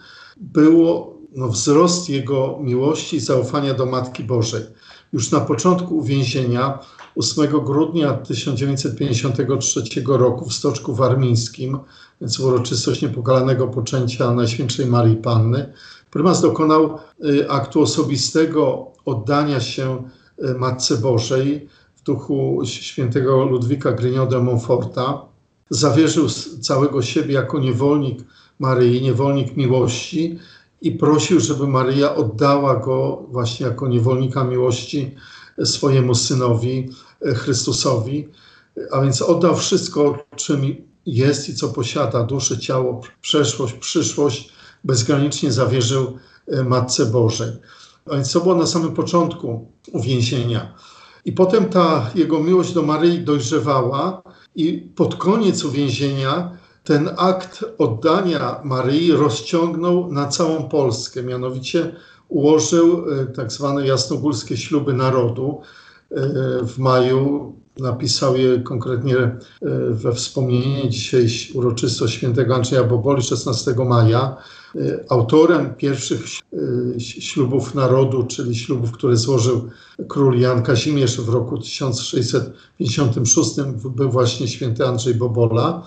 [SPEAKER 5] było no, wzrost jego miłości i zaufania do Matki Bożej. Już na początku uwięzienia, ósmego grudnia tysiąc dziewięćset pięćdziesiątego trzeciego roku w Stoczku Warmińskim, więc uroczystość niepokalanego poczęcia Najświętszej Maryi Panny, prymas dokonał y, aktu osobistego oddania się y, Matce Bożej w duchu świętego Ludwika Grignon de Montforta. Zawierzył całego siebie jako niewolnik Maryi, niewolnik miłości i prosił, żeby Maryja oddała go właśnie jako niewolnika miłości swojemu synowi Chrystusowi. A więc oddał wszystko, czym jest i co posiada, duszę, ciało, przeszłość, przyszłość, bezgranicznie zawierzył Matce Bożej. A więc to było na samym początku uwięzienia. I potem ta jego miłość do Maryi dojrzewała i pod koniec uwięzienia ten akt oddania Maryi rozciągnął na całą Polskę. Mianowicie ułożył tak zwane jasnogórskie śluby narodu. W maju napisał je konkretnie we wspomnienie dzisiaj uroczystość świętego Andrzeja Boboli szesnastego maja. Autorem pierwszych ślubów narodu, czyli ślubów, które złożył król Jan Kazimierz w roku tysiąc sześćset pięćdziesiątym szóstym, był właśnie święty Andrzej Bobola.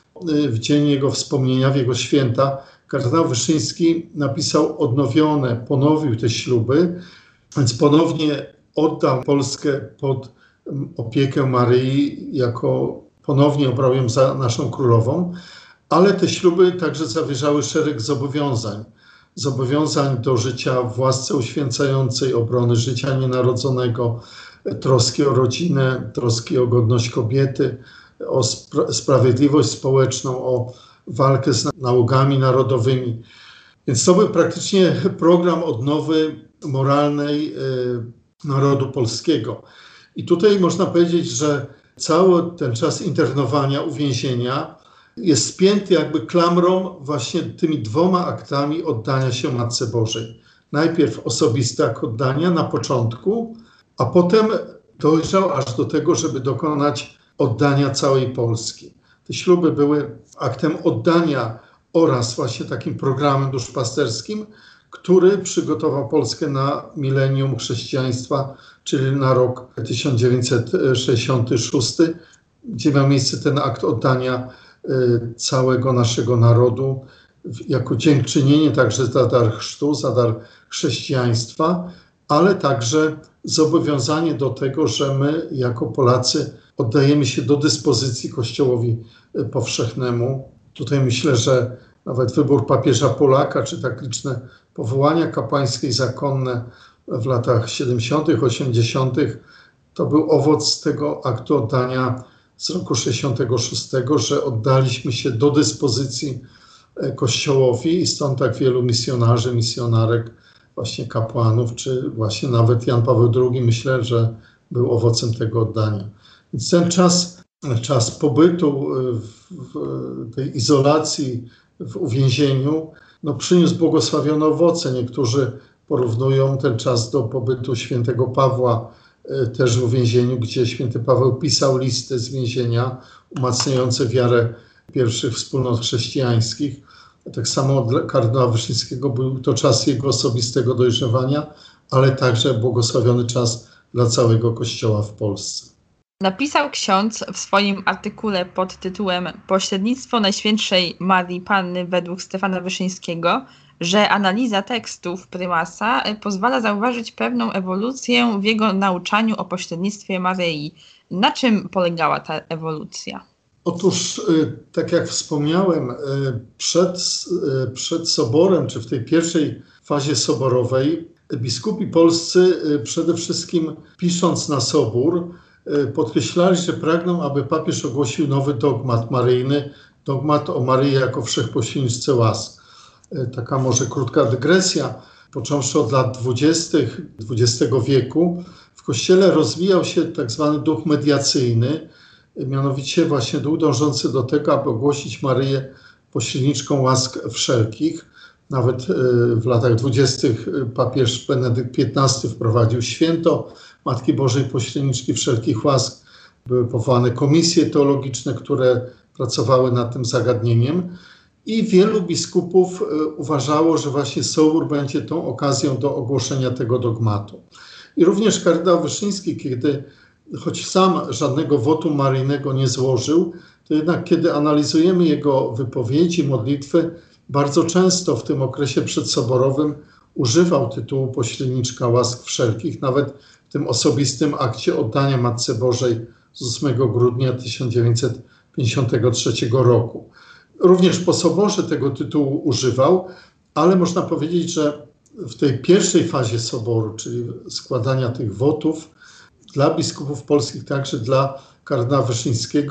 [SPEAKER 5] W dzień jego wspomnienia, w jego święta, kardynał Wyszyński napisał odnowione, ponowił te śluby, więc ponownie oddał Polskę pod opiekę Maryi, jako ponownie obrał ją za naszą królową, ale te śluby także zawierzały szereg zobowiązań. Zobowiązań do życia w łasce uświęcającej, obrony życia nienarodzonego, troski o rodzinę, troski o godność kobiety, o spra- sprawiedliwość społeczną, o walkę z nałogami narodowymi. Więc to był praktycznie program odnowy moralnej y, narodu polskiego. I tutaj można powiedzieć, że cały ten czas internowania, uwięzienia jest spięty jakby klamrą właśnie tymi dwoma aktami oddania się Matce Bożej. Najpierw osobisty akt oddania na początku, a potem dojrzał aż do tego, żeby dokonać oddania całej Polski. Te śluby były aktem oddania oraz właśnie takim programem duszpasterskim, który przygotował Polskę na milenium chrześcijaństwa, czyli na rok tysiąc dziewięćset sześćdziesiąty szósty, gdzie miał miejsce ten akt oddania y, całego naszego narodu w, jako dziękczynienie także za dar chrztu, za dar chrześcijaństwa, ale także zobowiązanie do tego, że my jako Polacy oddajemy się do dyspozycji Kościołowi powszechnemu. Tutaj myślę, że nawet wybór papieża Polaka, czy tak liczne powołania kapłańskie i zakonne w latach siedemdziesiątych, osiemdziesiątych, to był owoc tego aktu oddania z roku sześćdziesiątego szóstego, że oddaliśmy się do dyspozycji Kościołowi i stąd tak wielu misjonarzy, misjonarek, właśnie kapłanów, czy właśnie nawet Jan Paweł drugi, myślę, że był owocem tego oddania. Więc ten czas, czas pobytu w, w tej izolacji, w uwięzieniu, no, przyniósł błogosławione owoce. Niektórzy porównują ten czas do pobytu świętego Pawła y, też w uwięzieniu, gdzie święty Paweł pisał listy z więzienia umacniające wiarę pierwszych wspólnot chrześcijańskich. Tak samo dla kardynała Wyszyńskiego był to czas jego osobistego dojrzewania, ale także błogosławiony czas dla całego Kościoła w Polsce.
[SPEAKER 2] Napisał ksiądz w swoim artykule pod tytułem Pośrednictwo Najświętszej Marii Panny według Stefana Wyszyńskiego, że analiza tekstów prymasa pozwala zauważyć pewną ewolucję w jego nauczaniu o pośrednictwie Maryi. Na czym polegała ta ewolucja?
[SPEAKER 5] Otóż, tak jak wspomniałem, przed, przed soborem, czy w tej pierwszej fazie soborowej, biskupi polscy przede wszystkim pisząc na sobór, podkreślali, że pragną, aby papież ogłosił nowy dogmat maryjny, dogmat o Maryi jako wszechpośredniczce łask. Taka może krótka dygresja. Począwszy od lat dwudziestych dwudziestego wieku, w Kościele rozwijał się tak zwany duch mediacyjny, mianowicie właśnie duch dążący do tego, aby ogłosić Maryję pośredniczką łask wszelkich. Nawet w latach dwudziestych papież Benedykt piętnasty wprowadził święto Matki Bożej Pośredniczki Wszelkich Łask. Były powołane komisje teologiczne, które pracowały nad tym zagadnieniem i wielu biskupów uważało, że właśnie sobór będzie tą okazją do ogłoszenia tego dogmatu. I również kardynał Wyszyński, kiedy choć sam żadnego wotum maryjnego nie złożył, to jednak kiedy analizujemy jego wypowiedzi, modlitwy, bardzo często w tym okresie przedsoborowym używał tytułu pośredniczka łask wszelkich, nawet w tym osobistym akcie oddania Matce Bożej z ósmego grudnia tysiąc dziewięćset pięćdziesiątego trzeciego roku. Również po soborze tego tytułu używał, ale można powiedzieć, że w tej pierwszej fazie soboru, czyli składania tych wotów, dla biskupów polskich, także dla kardynała Wyszyńskiego,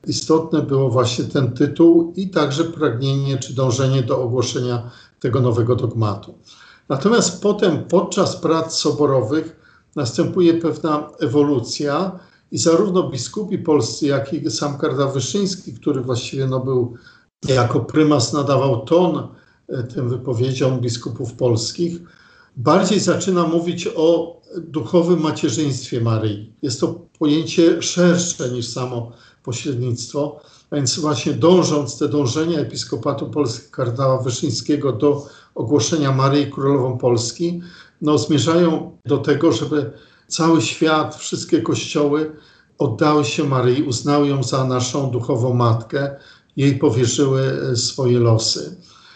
[SPEAKER 5] istotne było właśnie ten tytuł i także pragnienie czy dążenie do ogłoszenia tego nowego dogmatu. Natomiast potem podczas prac soborowych następuje pewna ewolucja i zarówno biskupi polscy, jak i sam kardynał Wyszyński, który właściwie no, był jako prymas, nadawał ton tym wypowiedziom biskupów polskich, bardziej zaczyna mówić o duchowym macierzyństwie Maryi. Jest to pojęcie szersze niż samo pośrednictwo, a więc właśnie dążąc te dążenia Episkopatu Polskiego kardynała Wyszyńskiego do ogłoszenia Maryi Królową Polski, no, zmierzają do tego, żeby cały świat, wszystkie kościoły oddały się Maryi, uznały ją za naszą duchową matkę, jej powierzyły swoje losy.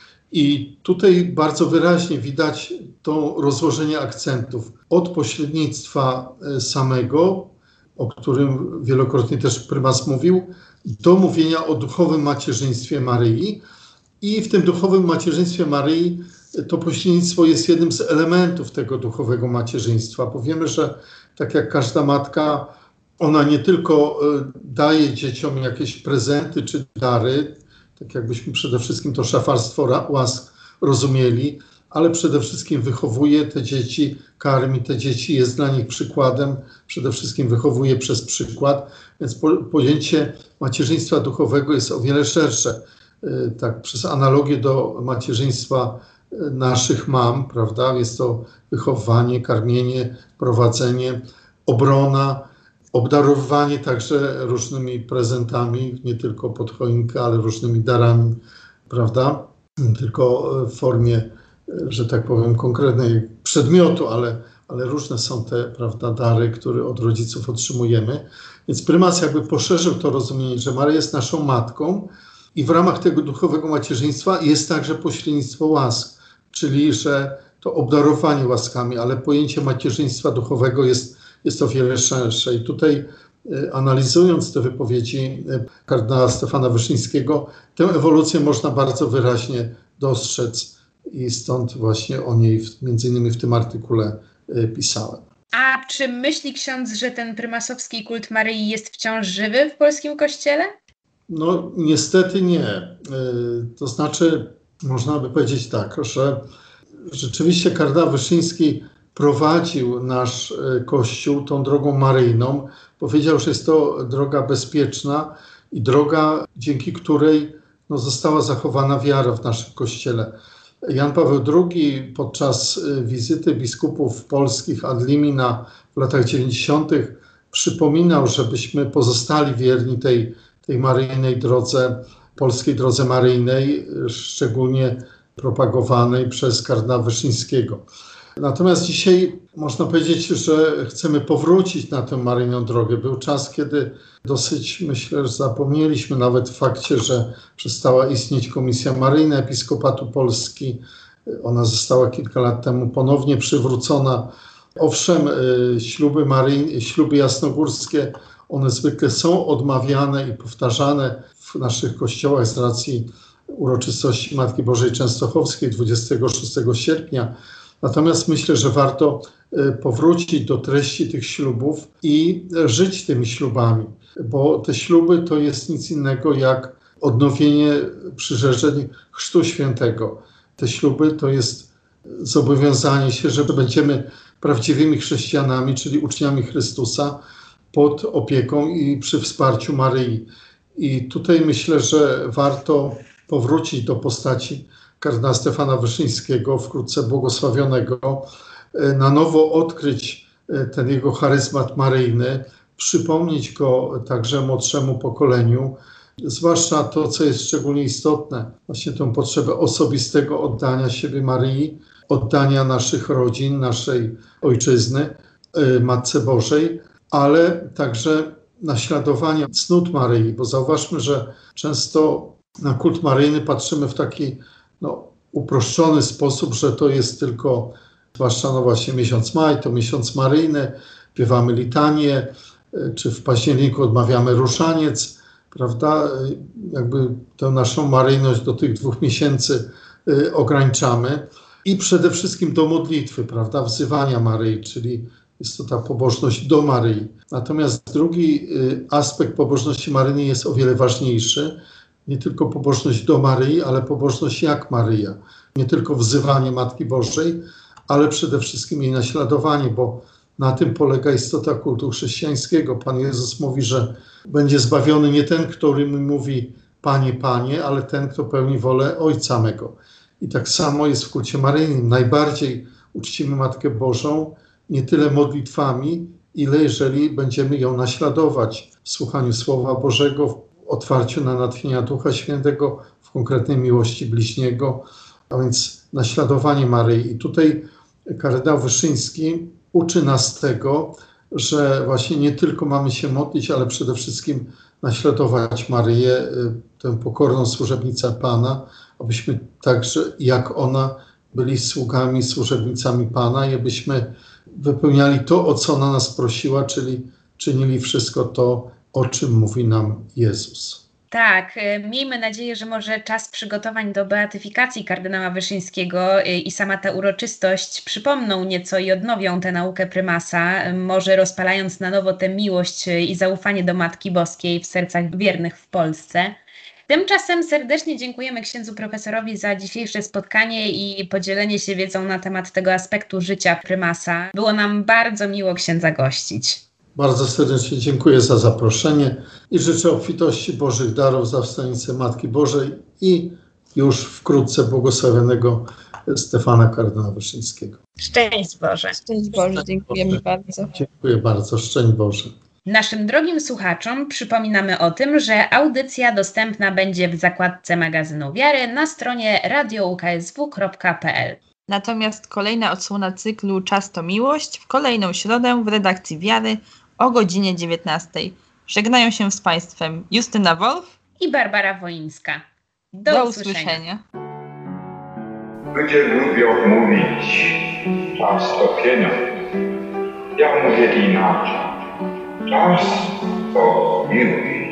[SPEAKER 5] I tutaj bardzo wyraźnie widać to rozłożenie akcentów od pośrednictwa samego, o którym wielokrotnie też prymas mówił, do mówienia o duchowym macierzyństwie Maryi. I w tym duchowym macierzyństwie Maryi to pośrednictwo jest jednym z elementów tego duchowego macierzyństwa, bo wiemy, że tak jak każda matka, ona nie tylko daje dzieciom jakieś prezenty czy dary, tak jakbyśmy przede wszystkim to szafarstwo łask rozumieli, ale przede wszystkim wychowuje te dzieci, karmi te dzieci, jest dla nich przykładem, przede wszystkim wychowuje przez przykład, więc po, pojęcie macierzyństwa duchowego jest o wiele szersze. Tak, przez analogię do macierzyństwa naszych mam, prawda, jest to wychowanie, karmienie, prowadzenie, obrona, obdarowywanie także różnymi prezentami, nie tylko pod choinkę, ale różnymi darami, prawda, nie tylko w formie, że tak powiem, konkretnej przedmiotu, ale, ale różne są te, prawda, dary, które od rodziców otrzymujemy. Więc prymas jakby poszerzył to rozumienie, że Maryja jest naszą matką i w ramach tego duchowego macierzyństwa jest także pośrednictwo łask, czyli że to obdarowanie łaskami, ale pojęcie macierzyństwa duchowego jest, jest o wiele szersze. I tutaj analizując te wypowiedzi kardynała Stefana Wyszyńskiego, tę ewolucję można bardzo wyraźnie dostrzec i stąd właśnie o niej w, między innymi w tym artykule pisałem.
[SPEAKER 6] A czy myśli ksiądz, że ten prymasowski kult Maryi jest wciąż żywy w polskim kościele?
[SPEAKER 5] No niestety nie. To znaczy można by powiedzieć tak, że rzeczywiście kardynał Wyszyński prowadził nasz Kościół tą drogą maryjną. Powiedział, że jest to droga bezpieczna i droga, dzięki której no, została zachowana wiara w naszym Kościele. Jan Paweł drugi podczas wizyty biskupów polskich ad limina w latach dziewięćdziesiątych przypominał, żebyśmy pozostali wierni tej, tej maryjnej drodze, polskiej drodze maryjnej, szczególnie propagowanej przez kardynała Wyszyńskiego. Natomiast dzisiaj można powiedzieć, że chcemy powrócić na tę maryjną drogę. Był czas, kiedy dosyć, myślę, że zapomnieliśmy nawet w fakcie, że przestała istnieć Komisja Maryjna Episkopatu Polski. Ona została kilka lat temu ponownie przywrócona. Owszem, śluby maryjne, śluby jasnogórskie, one zwykle są odmawiane i powtarzane w naszych kościołach z racji uroczystości Matki Bożej Częstochowskiej dwudziestego szóstego sierpnia. Natomiast myślę, że warto powrócić do treści tych ślubów i żyć tymi ślubami, bo te śluby to jest nic innego jak odnowienie przyrzeczeń Chrztu Świętego. Te śluby to jest zobowiązanie się, że będziemy prawdziwymi chrześcijanami, czyli uczniami Chrystusa pod opieką i przy wsparciu Maryi. I tutaj myślę, że warto powrócić do postaci kardynała Stefana Wyszyńskiego, wkrótce błogosławionego, na nowo odkryć ten jego charyzmat maryjny, przypomnieć go także młodszemu pokoleniu, zwłaszcza to, co jest szczególnie istotne, właśnie tę potrzebę osobistego oddania siebie Maryi, oddania naszych rodzin, naszej ojczyzny, Matce Bożej, ale także naśladowania cnót Maryi, bo zauważmy, że często na kult maryjny patrzymy w taki no, uproszczony sposób, że to jest tylko, zwłaszcza no właśnie miesiąc maj, to miesiąc maryjny, śpiewamy litanię, czy w październiku odmawiamy różaniec, prawda? Jakby tę naszą maryjność do tych dwóch miesięcy y, ograniczamy. I przede wszystkim do modlitwy, prawda? Wzywania Maryi, czyli Jest to ta pobożność do Maryi. Natomiast drugi aspekt pobożności Maryjnej jest o wiele ważniejszy. Nie tylko pobożność do Maryi, ale pobożność jak Maryja. Nie tylko wzywanie Matki Bożej, ale przede wszystkim jej naśladowanie, bo na tym polega istota kultu chrześcijańskiego. Pan Jezus mówi, że będzie zbawiony nie ten, który mi mówi Panie, Panie, ale ten, kto pełni wolę Ojca mego. I tak samo jest w kulcie maryjnym. Najbardziej uczcimy Matkę Bożą nie tyle modlitwami, ile jeżeli będziemy ją naśladować w słuchaniu Słowa Bożego, w otwarciu na natchnienia Ducha Świętego, w konkretnej miłości bliźniego, a więc naśladowanie Maryi. I tutaj kardynał Wyszyński uczy nas tego, że właśnie nie tylko mamy się modlić, ale przede wszystkim naśladować Maryję, tę pokorną służebnicę Pana, abyśmy także jak ona byli sługami, służebnicami Pana i abyśmy wypełniali to, o co ona nas prosiła, czyli czynili wszystko to, o czym mówi nam Jezus.
[SPEAKER 6] Tak, miejmy nadzieję, że może czas przygotowań do beatyfikacji kardynała Wyszyńskiego i sama ta uroczystość przypomną nieco i odnowią tę naukę prymasa, może rozpalając na nowo tę miłość i zaufanie do Matki Boskiej w sercach wiernych w Polsce. Tymczasem serdecznie dziękujemy księdzu profesorowi za dzisiejsze spotkanie i podzielenie się wiedzą na temat tego aspektu życia prymasa. Było nam bardzo miło księdza gościć.
[SPEAKER 5] Bardzo serdecznie dziękuję za zaproszenie i życzę obfitości Bożych darów za wstanicę Matki Bożej i już wkrótce błogosławionego Stefana kardynała Wyszyńskiego.
[SPEAKER 4] Szczęść Boże.
[SPEAKER 2] Szczęść Boże, dziękujemy bardzo.
[SPEAKER 5] Dziękuję bardzo, szczęść Boże.
[SPEAKER 6] Naszym drogim słuchaczom przypominamy o tym, że audycja dostępna będzie w zakładce magazynu Wiary na stronie radio u k s w kropka p l.
[SPEAKER 2] Natomiast kolejna odsłona cyklu Czas to miłość w kolejną środę w redakcji Wiary o godzinie dziewiętnastej. Żegnają się z Państwem Justyna Wolf
[SPEAKER 6] i Barbara Woińska. Do,
[SPEAKER 2] Do
[SPEAKER 6] usłyszenia.
[SPEAKER 2] usłyszenia.
[SPEAKER 1] Ludzie lubią mówić czas to pieniądz. Ja mówię inaczej. Czas to miłość.